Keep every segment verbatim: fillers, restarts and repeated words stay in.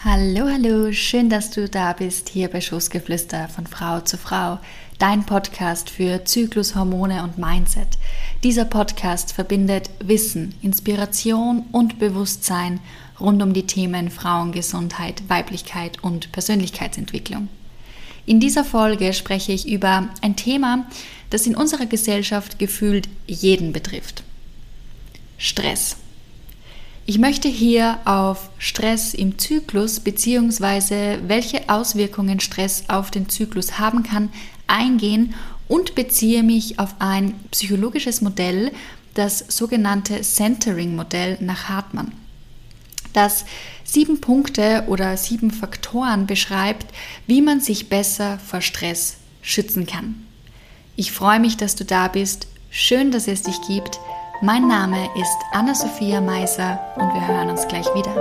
Hallo, hallo, schön, dass du da bist, hier bei Schoßgeflüster von Frau zu Frau, dein Podcast für Zyklus, Hormone und Mindset. Dieser Podcast verbindet Wissen, Inspiration und Bewusstsein rund um die Themen Frauengesundheit, Weiblichkeit und Persönlichkeitsentwicklung. In dieser Folge spreche ich über ein Thema, das in unserer Gesellschaft gefühlt jeden betrifft: Stress. Ich möchte hier auf Stress im Zyklus bzw. welche Auswirkungen Stress auf den Zyklus haben kann, eingehen und beziehe mich auf ein psychologisches Modell, das sogenannte Centering-Modell nach Hartmann, das sieben Punkte oder sieben Faktoren beschreibt, wie man sich besser vor Stress schützen kann. Ich freue mich, dass du da bist. Schön, dass es dich gibt. Mein Name ist Anna-Sophia Meiser und wir hören uns gleich wieder.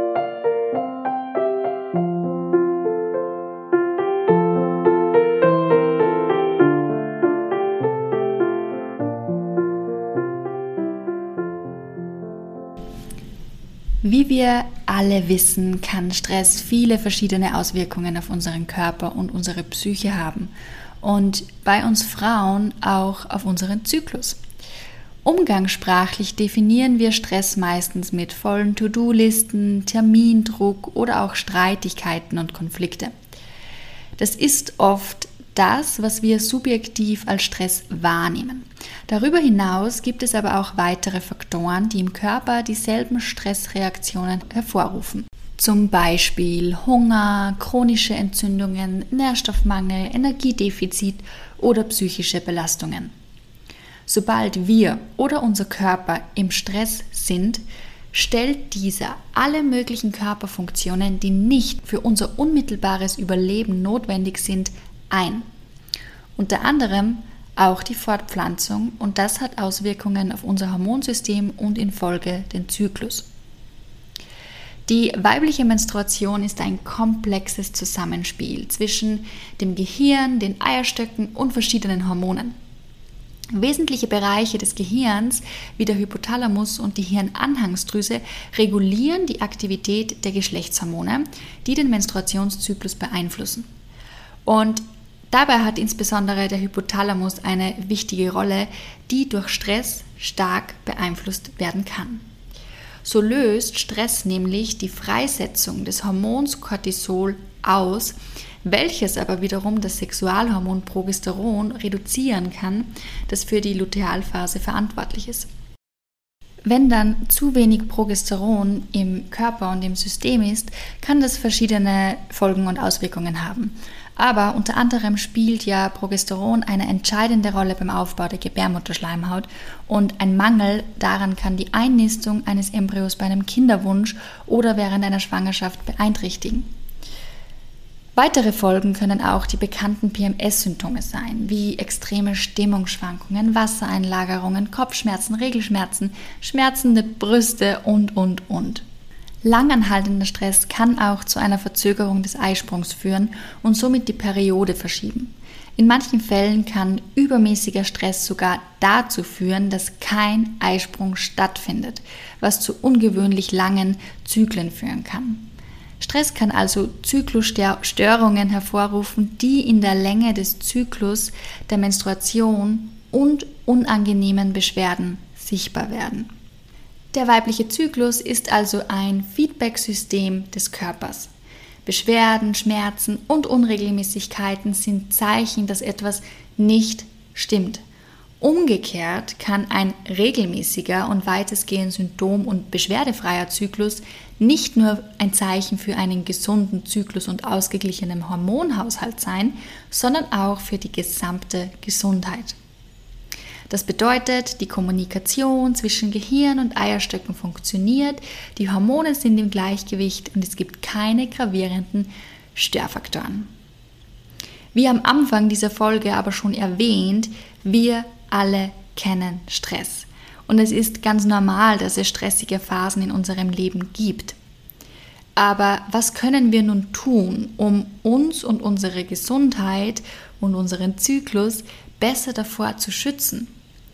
Wie wir alle wissen, kann Stress viele verschiedene Auswirkungen auf unseren Körper und unsere Psyche haben und bei uns Frauen auch auf unseren Zyklus. Umgangssprachlich definieren wir Stress meistens mit vollen To-Do-Listen, Termindruck oder auch Streitigkeiten und Konflikte. Das ist oft das, was wir subjektiv als Stress wahrnehmen. Darüber hinaus gibt es aber auch weitere Faktoren, die im Körper dieselben Stressreaktionen hervorrufen. Zum Beispiel Hunger, chronische Entzündungen, Nährstoffmangel, Energiedefizit oder psychische Belastungen. Sobald wir oder unser Körper im Stress sind, stellt dieser alle möglichen Körperfunktionen, die nicht für unser unmittelbares Überleben notwendig sind, ein. Unter anderem auch die Fortpflanzung, und das hat Auswirkungen auf unser Hormonsystem und in Folge den Zyklus. Die weibliche Menstruation ist ein komplexes Zusammenspiel zwischen dem Gehirn, den Eierstöcken und verschiedenen Hormonen. Wesentliche Bereiche des Gehirns, wie der Hypothalamus und die Hirnanhangsdrüse, regulieren die Aktivität der Geschlechtshormone, die den Menstruationszyklus beeinflussen. Und dabei hat insbesondere der Hypothalamus eine wichtige Rolle, die durch Stress stark beeinflusst werden kann. So löst Stress nämlich die Freisetzung des Hormons Cortisol aus, welches aber wiederum das Sexualhormon Progesteron reduzieren kann, das für die Lutealphase verantwortlich ist. Wenn dann zu wenig Progesteron im Körper und im System ist, kann das verschiedene Folgen und Auswirkungen haben. Aber unter anderem spielt ja Progesteron eine entscheidende Rolle beim Aufbau der Gebärmutterschleimhaut, und ein Mangel daran kann die Einnistung eines Embryos bei einem Kinderwunsch oder während einer Schwangerschaft beeinträchtigen. Weitere Folgen können auch die bekannten P M S-Symptome sein, wie extreme Stimmungsschwankungen, Wassereinlagerungen, Kopfschmerzen, Regelschmerzen, schmerzende Brüste und, und, und. Langanhaltender Stress kann auch zu einer Verzögerung des Eisprungs führen und somit die Periode verschieben. In manchen Fällen kann übermäßiger Stress sogar dazu führen, dass kein Eisprung stattfindet, was zu ungewöhnlich langen Zyklen führen kann. Stress kann also Zyklusstörungen hervorrufen, die in der Länge des Zyklus, der Menstruation und unangenehmen Beschwerden sichtbar werden. Der weibliche Zyklus ist also ein Feedback-System des Körpers. Beschwerden, Schmerzen und Unregelmäßigkeiten sind Zeichen, dass etwas nicht stimmt. Umgekehrt kann ein regelmäßiger und weitestgehend symptom- und beschwerdefreier Zyklus nicht nur ein Zeichen für einen gesunden Zyklus und ausgeglichenen Hormonhaushalt sein, sondern auch für die gesamte Gesundheit. Das bedeutet, die Kommunikation zwischen Gehirn und Eierstöcken funktioniert, die Hormone sind im Gleichgewicht und es gibt keine gravierenden Störfaktoren. Wie am Anfang dieser Folge aber schon erwähnt, wir alle kennen Stress. Und es ist ganz normal, dass es stressige Phasen in unserem Leben gibt. Aber was können wir nun tun, um uns und unsere Gesundheit und unseren Zyklus besser davor zu schützen?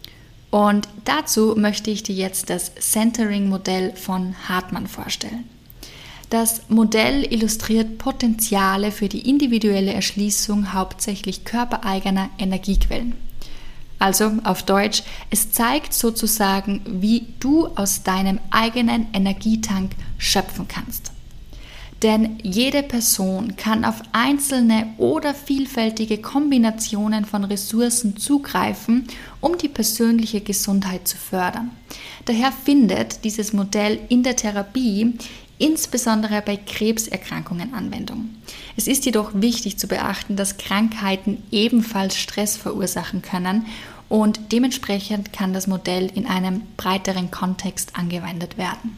Und dazu möchte ich dir jetzt das Centering-Modell von Hartmann vorstellen. Das Modell illustriert Potenziale für die individuelle Erschließung hauptsächlich körpereigener Energiequellen. Also auf Deutsch, es zeigt sozusagen, wie du aus deinem eigenen Energietank schöpfen kannst. Denn jede Person kann auf einzelne oder vielfältige Kombinationen von Ressourcen zugreifen, um die persönliche Gesundheit zu fördern. Daher findet dieses Modell in der Therapie insbesondere bei Krebserkrankungen Anwendung. Es ist jedoch wichtig zu beachten, dass Krankheiten ebenfalls Stress verursachen können und dementsprechend kann das Modell in einem breiteren Kontext angewendet werden.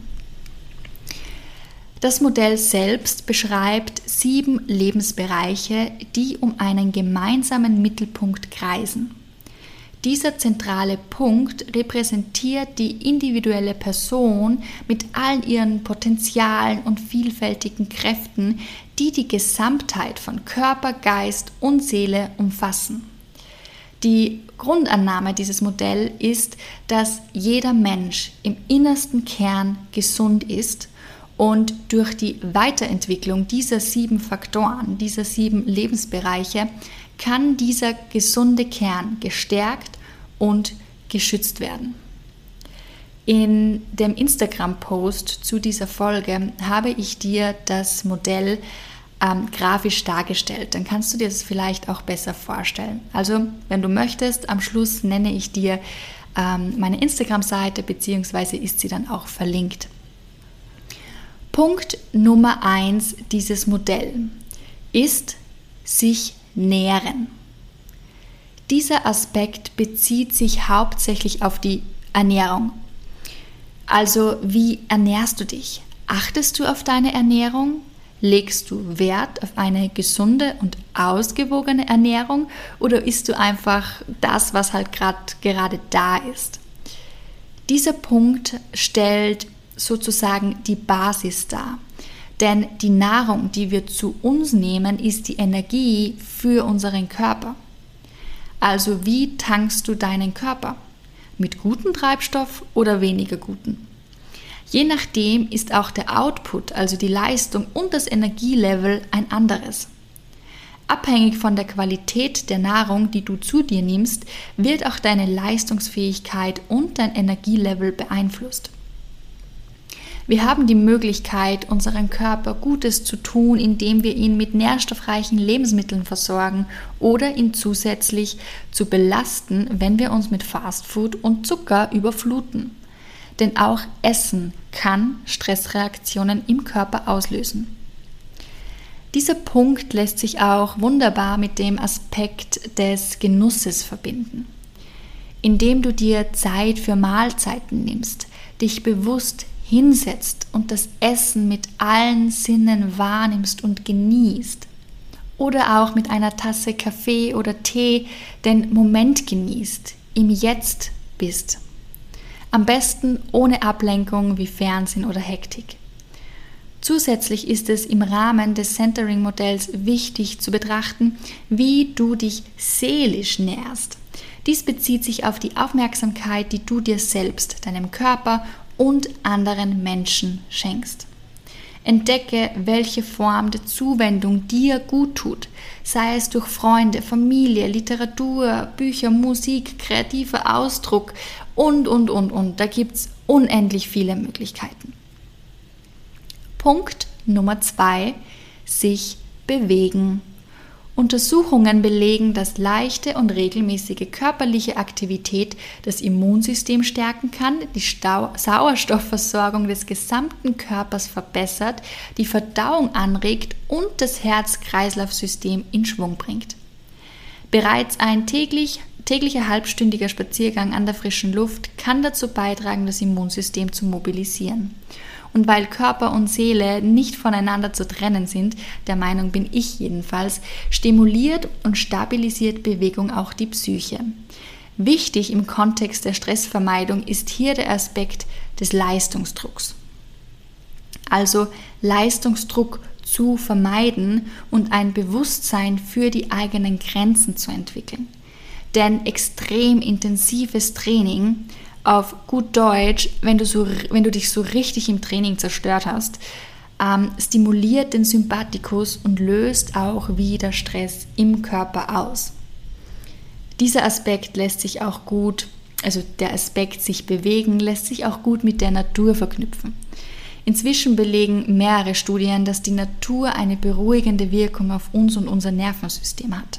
Das Modell selbst beschreibt sieben Lebensbereiche, die um einen gemeinsamen Mittelpunkt kreisen. Dieser zentrale Punkt repräsentiert die individuelle Person mit all ihren Potenzialen und vielfältigen Kräften, die die Gesamtheit von Körper, Geist und Seele umfassen. Die Grundannahme dieses Modells ist, dass jeder Mensch im innersten Kern gesund ist und durch die Weiterentwicklung dieser sieben Faktoren, dieser sieben Lebensbereiche, kann dieser gesunde Kern gestärkt und geschützt werden. In dem Instagram-Post zu dieser Folge habe ich dir das Modell ähm, grafisch dargestellt. Dann kannst du dir das vielleicht auch besser vorstellen. Also, wenn du möchtest, am Schluss nenne ich dir ähm, meine Instagram-Seite, beziehungsweise ist sie dann auch verlinkt. Punkt Nummer eins dieses Modells ist sich nähren. Dieser Aspekt bezieht sich hauptsächlich auf die Ernährung. Also, wie ernährst du dich? Achtest du auf deine Ernährung? Legst du Wert auf eine gesunde und ausgewogene Ernährung oder isst du einfach das, was halt grad, gerade da ist? Dieser Punkt stellt sozusagen die Basis dar. Denn die Nahrung, die wir zu uns nehmen, ist die Energie für unseren Körper. Also wie tankst du deinen Körper? Mit gutem Treibstoff oder weniger guten? Je nachdem ist auch der Output, also die Leistung und das Energielevel ein anderes. Abhängig von der Qualität der Nahrung, die du zu dir nimmst, wird auch deine Leistungsfähigkeit und dein Energielevel beeinflusst. Wir haben die Möglichkeit, unseren Körper Gutes zu tun, indem wir ihn mit nährstoffreichen Lebensmitteln versorgen oder ihn zusätzlich zu belasten, wenn wir uns mit Fastfood und Zucker überfluten. Denn auch Essen kann Stressreaktionen im Körper auslösen. Dieser Punkt lässt sich auch wunderbar mit dem Aspekt des Genusses verbinden. Indem du dir Zeit für Mahlzeiten nimmst, dich bewusst hinsetzt und das Essen mit allen Sinnen wahrnimmst und genießt. Oder auch mit einer Tasse Kaffee oder Tee den Moment genießt, im Jetzt bist. Am besten ohne Ablenkung wie Fernsehen oder Hektik. Zusätzlich ist es im Rahmen des Centering-Modells wichtig zu betrachten, wie du dich seelisch nährst. Dies bezieht sich auf die Aufmerksamkeit, die du dir selbst, deinem Körper und anderen Menschen schenkst. Entdecke, welche Form der Zuwendung dir gut tut, sei es durch Freunde, Familie, Literatur, Bücher, Musik, kreativer Ausdruck und, und, und, und. Da gibt es unendlich viele Möglichkeiten. Punkt Nummer zwei, sich bewegen. Untersuchungen belegen, dass leichte und regelmäßige körperliche Aktivität das Immunsystem stärken kann, die Stau- Sauerstoffversorgung des gesamten Körpers verbessert, die Verdauung anregt und das Herz-Kreislauf-System in Schwung bringt. Bereits ein täglich, täglicher halbstündiger Spaziergang an der frischen Luft kann dazu beitragen, das Immunsystem zu mobilisieren. Und weil Körper und Seele nicht voneinander zu trennen sind, der Meinung bin ich jedenfalls, stimuliert und stabilisiert Bewegung auch die Psyche. Wichtig im Kontext der Stressvermeidung ist hier der Aspekt des Leistungsdrucks. Also Leistungsdruck zu vermeiden und ein Bewusstsein für die eigenen Grenzen zu entwickeln. Denn extrem intensives Training, auf gut Deutsch, wenn du, so, wenn du dich so richtig im Training zerstört hast, ähm, stimuliert den Sympathikus und löst auch wieder Stress im Körper aus. Dieser Aspekt lässt sich auch gut, also der Aspekt sich bewegen, lässt sich auch gut mit der Natur verknüpfen. Inzwischen belegen mehrere Studien, dass die Natur eine beruhigende Wirkung auf uns und unser Nervensystem hat.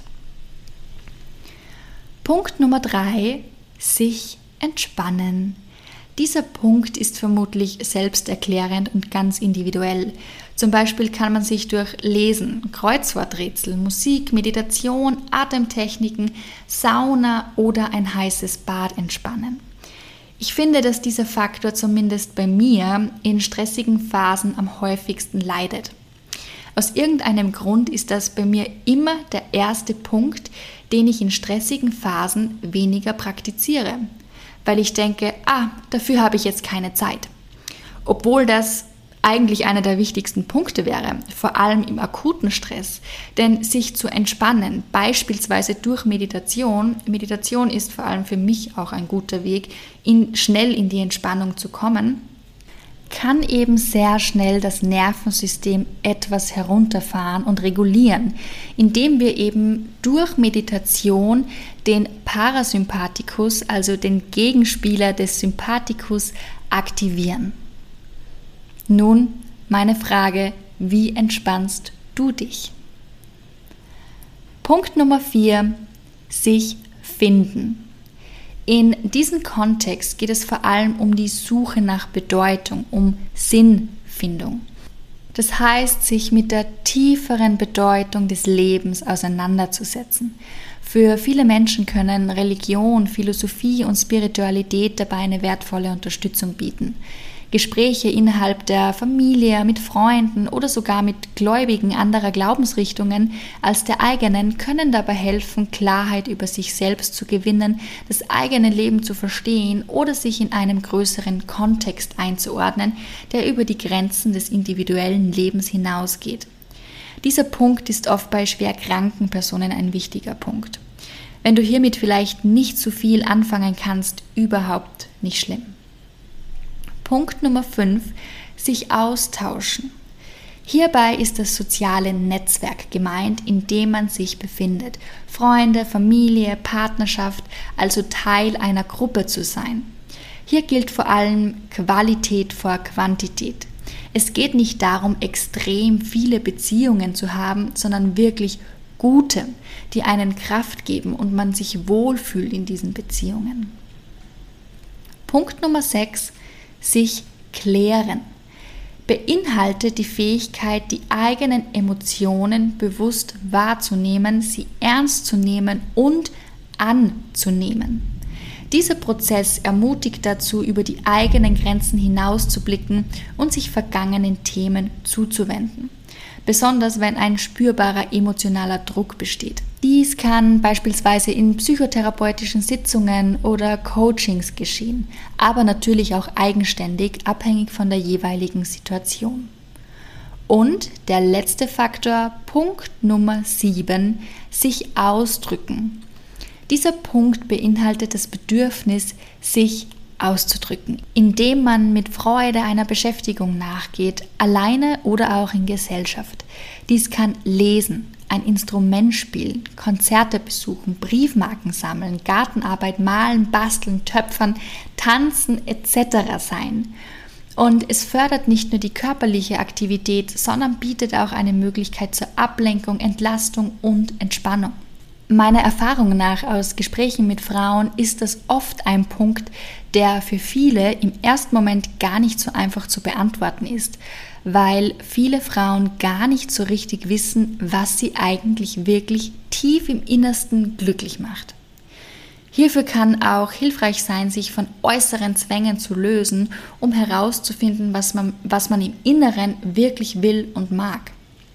Punkt Nummer drei, sich entspannen. Dieser Punkt ist vermutlich selbsterklärend und ganz individuell. Zum Beispiel kann man sich durch Lesen, Kreuzworträtsel, Musik, Meditation, Atemtechniken, Sauna oder ein heißes Bad entspannen. Ich finde, dass dieser Faktor zumindest bei mir in stressigen Phasen am häufigsten leidet. Aus irgendeinem Grund ist das bei mir immer der erste Punkt, den ich in stressigen Phasen weniger praktiziere, weil ich denke, ah, dafür habe ich jetzt keine Zeit. Obwohl das eigentlich einer der wichtigsten Punkte wäre, vor allem im akuten Stress. Denn sich zu entspannen, beispielsweise durch Meditation, Meditation ist vor allem für mich auch ein guter Weg, in, schnell in die Entspannung zu kommen, kann eben sehr schnell das Nervensystem etwas herunterfahren und regulieren, indem wir eben durch Meditation den Parasympathikus, also den Gegenspieler des Sympathikus, aktivieren. Nun meine Frage, wie entspannst du dich? Punkt Nummer vier, sich finden. In diesem Kontext geht es vor allem um die Suche nach Bedeutung, um Sinnfindung. Das heißt, sich mit der tieferen Bedeutung des Lebens auseinanderzusetzen. Für viele Menschen können Religion, Philosophie und Spiritualität dabei eine wertvolle Unterstützung bieten. Gespräche innerhalb der Familie, mit Freunden oder sogar mit Gläubigen anderer Glaubensrichtungen als der eigenen können dabei helfen, Klarheit über sich selbst zu gewinnen, das eigene Leben zu verstehen oder sich in einem größeren Kontext einzuordnen, der über die Grenzen des individuellen Lebens hinausgeht. Dieser Punkt ist oft bei schwer kranken Personen ein wichtiger Punkt. Wenn du hiermit vielleicht nicht so viel anfangen kannst, überhaupt nicht schlimm. Punkt Nummer fünf, sich austauschen. Hierbei ist das soziale Netzwerk gemeint, in dem man sich befindet. Freunde, Familie, Partnerschaft, also Teil einer Gruppe zu sein. Hier gilt vor allem Qualität vor Quantität. Es geht nicht darum, extrem viele Beziehungen zu haben, sondern wirklich gute, die einen Kraft geben und man sich wohlfühlt in diesen Beziehungen. Punkt Nummer sechs, sich klären. Beinhaltet die Fähigkeit, die eigenen Emotionen bewusst wahrzunehmen, sie ernst zu nehmen und anzunehmen. Dieser Prozess ermutigt dazu, über die eigenen Grenzen hinauszublicken und sich vergangenen Themen zuzuwenden. Besonders wenn ein spürbarer emotionaler Druck besteht. Dies kann beispielsweise in psychotherapeutischen Sitzungen oder Coachings geschehen, aber natürlich auch eigenständig, abhängig von der jeweiligen Situation. Und der letzte Faktor, Punkt Nummer sieben, sich ausdrücken. Dieser Punkt beinhaltet das Bedürfnis, sich auszudrücken, indem man mit Freude einer Beschäftigung nachgeht, alleine oder auch in Gesellschaft. Dies kann Lesen, ein Instrument spielen, Konzerte besuchen, Briefmarken sammeln, Gartenarbeit, Malen, Basteln, Töpfern, Tanzen et cetera sein. Und es fördert nicht nur die körperliche Aktivität, sondern bietet auch eine Möglichkeit zur Ablenkung, Entlastung und Entspannung. Meiner Erfahrung nach aus Gesprächen mit Frauen ist das oft ein Punkt, der für viele im ersten Moment gar nicht so einfach zu beantworten ist, weil viele Frauen gar nicht so richtig wissen, was sie eigentlich wirklich tief im Innersten glücklich macht. Hierfür kann auch hilfreich sein, sich von äußeren Zwängen zu lösen, um herauszufinden, was man, was man im Inneren wirklich will und mag.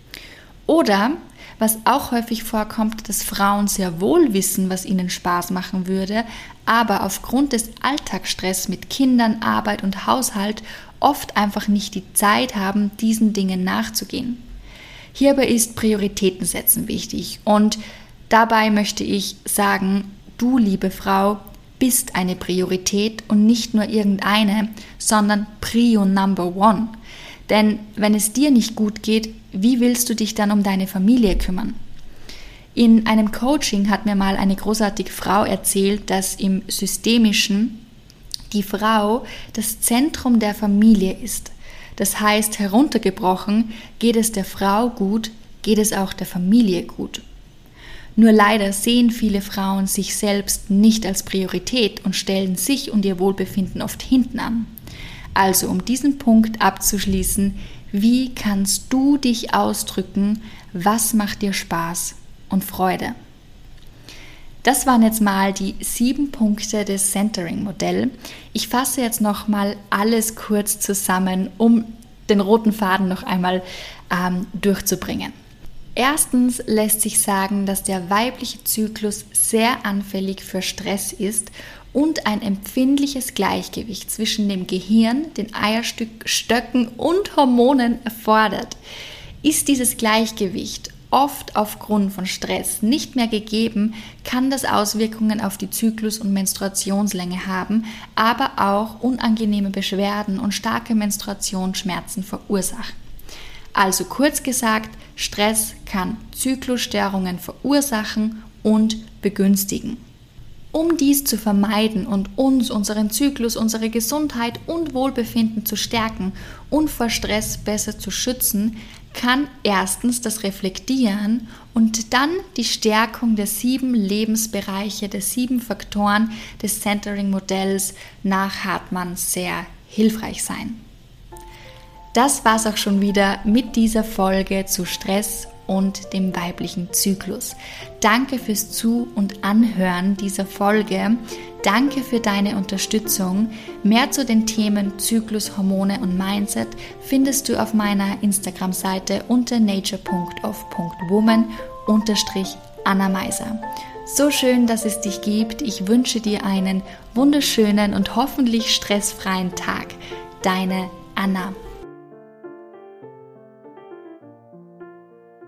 Oder was auch häufig vorkommt, dass Frauen sehr wohl wissen, was ihnen Spaß machen würde, aber aufgrund des Alltagsstress mit Kindern, Arbeit und Haushalt oft einfach nicht die Zeit haben, diesen Dingen nachzugehen. Hierbei ist Prioritäten setzen wichtig und dabei möchte ich sagen, du, liebe Frau, bist eine Priorität und nicht nur irgendeine, sondern Prio Number One. Denn wenn es dir nicht gut geht, wie willst du dich dann um deine Familie kümmern? In einem Coaching hat mir mal eine großartige Frau erzählt, dass im Systemischen die Frau das Zentrum der Familie ist. Das heißt, heruntergebrochen, geht es der Frau gut, geht es auch der Familie gut. Nur leider sehen viele Frauen sich selbst nicht als Priorität und stellen sich und ihr Wohlbefinden oft hinten an. Also um diesen Punkt abzuschließen, wie kannst du dich ausdrücken, was macht dir Spaß und Freude? Das waren jetzt mal die sieben Punkte des Centering-Modells. Ich fasse jetzt nochmal alles kurz zusammen, um den roten Faden noch einmal ähm, durchzubringen. Erstens lässt sich sagen, dass der weibliche Zyklus sehr anfällig für Stress ist und ein empfindliches Gleichgewicht zwischen dem Gehirn, den Eierstöcken und Hormonen erfordert. Ist dieses Gleichgewicht oft aufgrund von Stress nicht mehr gegeben, kann das Auswirkungen auf die Zyklus- und Menstruationslänge haben, aber auch unangenehme Beschwerden und starke Menstruationsschmerzen verursachen. Also kurz gesagt, Stress kann Zyklusstörungen verursachen und begünstigen. Um dies zu vermeiden und uns, unseren Zyklus, unsere Gesundheit und Wohlbefinden zu stärken und vor Stress besser zu schützen, kann erstens das Reflektieren und dann die Stärkung der sieben Lebensbereiche, der sieben Faktoren des Centering-Modells nach Hartmann sehr hilfreich sein. Das war's auch schon wieder mit dieser Folge zu Stress und dem weiblichen Zyklus. Danke fürs Zu- und Anhören dieser Folge. Danke für deine Unterstützung. Mehr zu den Themen Zyklus, Hormone und Mindset findest du auf meiner Instagram-Seite unter nature punkt off punkt woman unterstrich Anna Meiser. So schön, dass es dich gibt. Ich wünsche dir einen wunderschönen und hoffentlich stressfreien Tag. Deine Anna.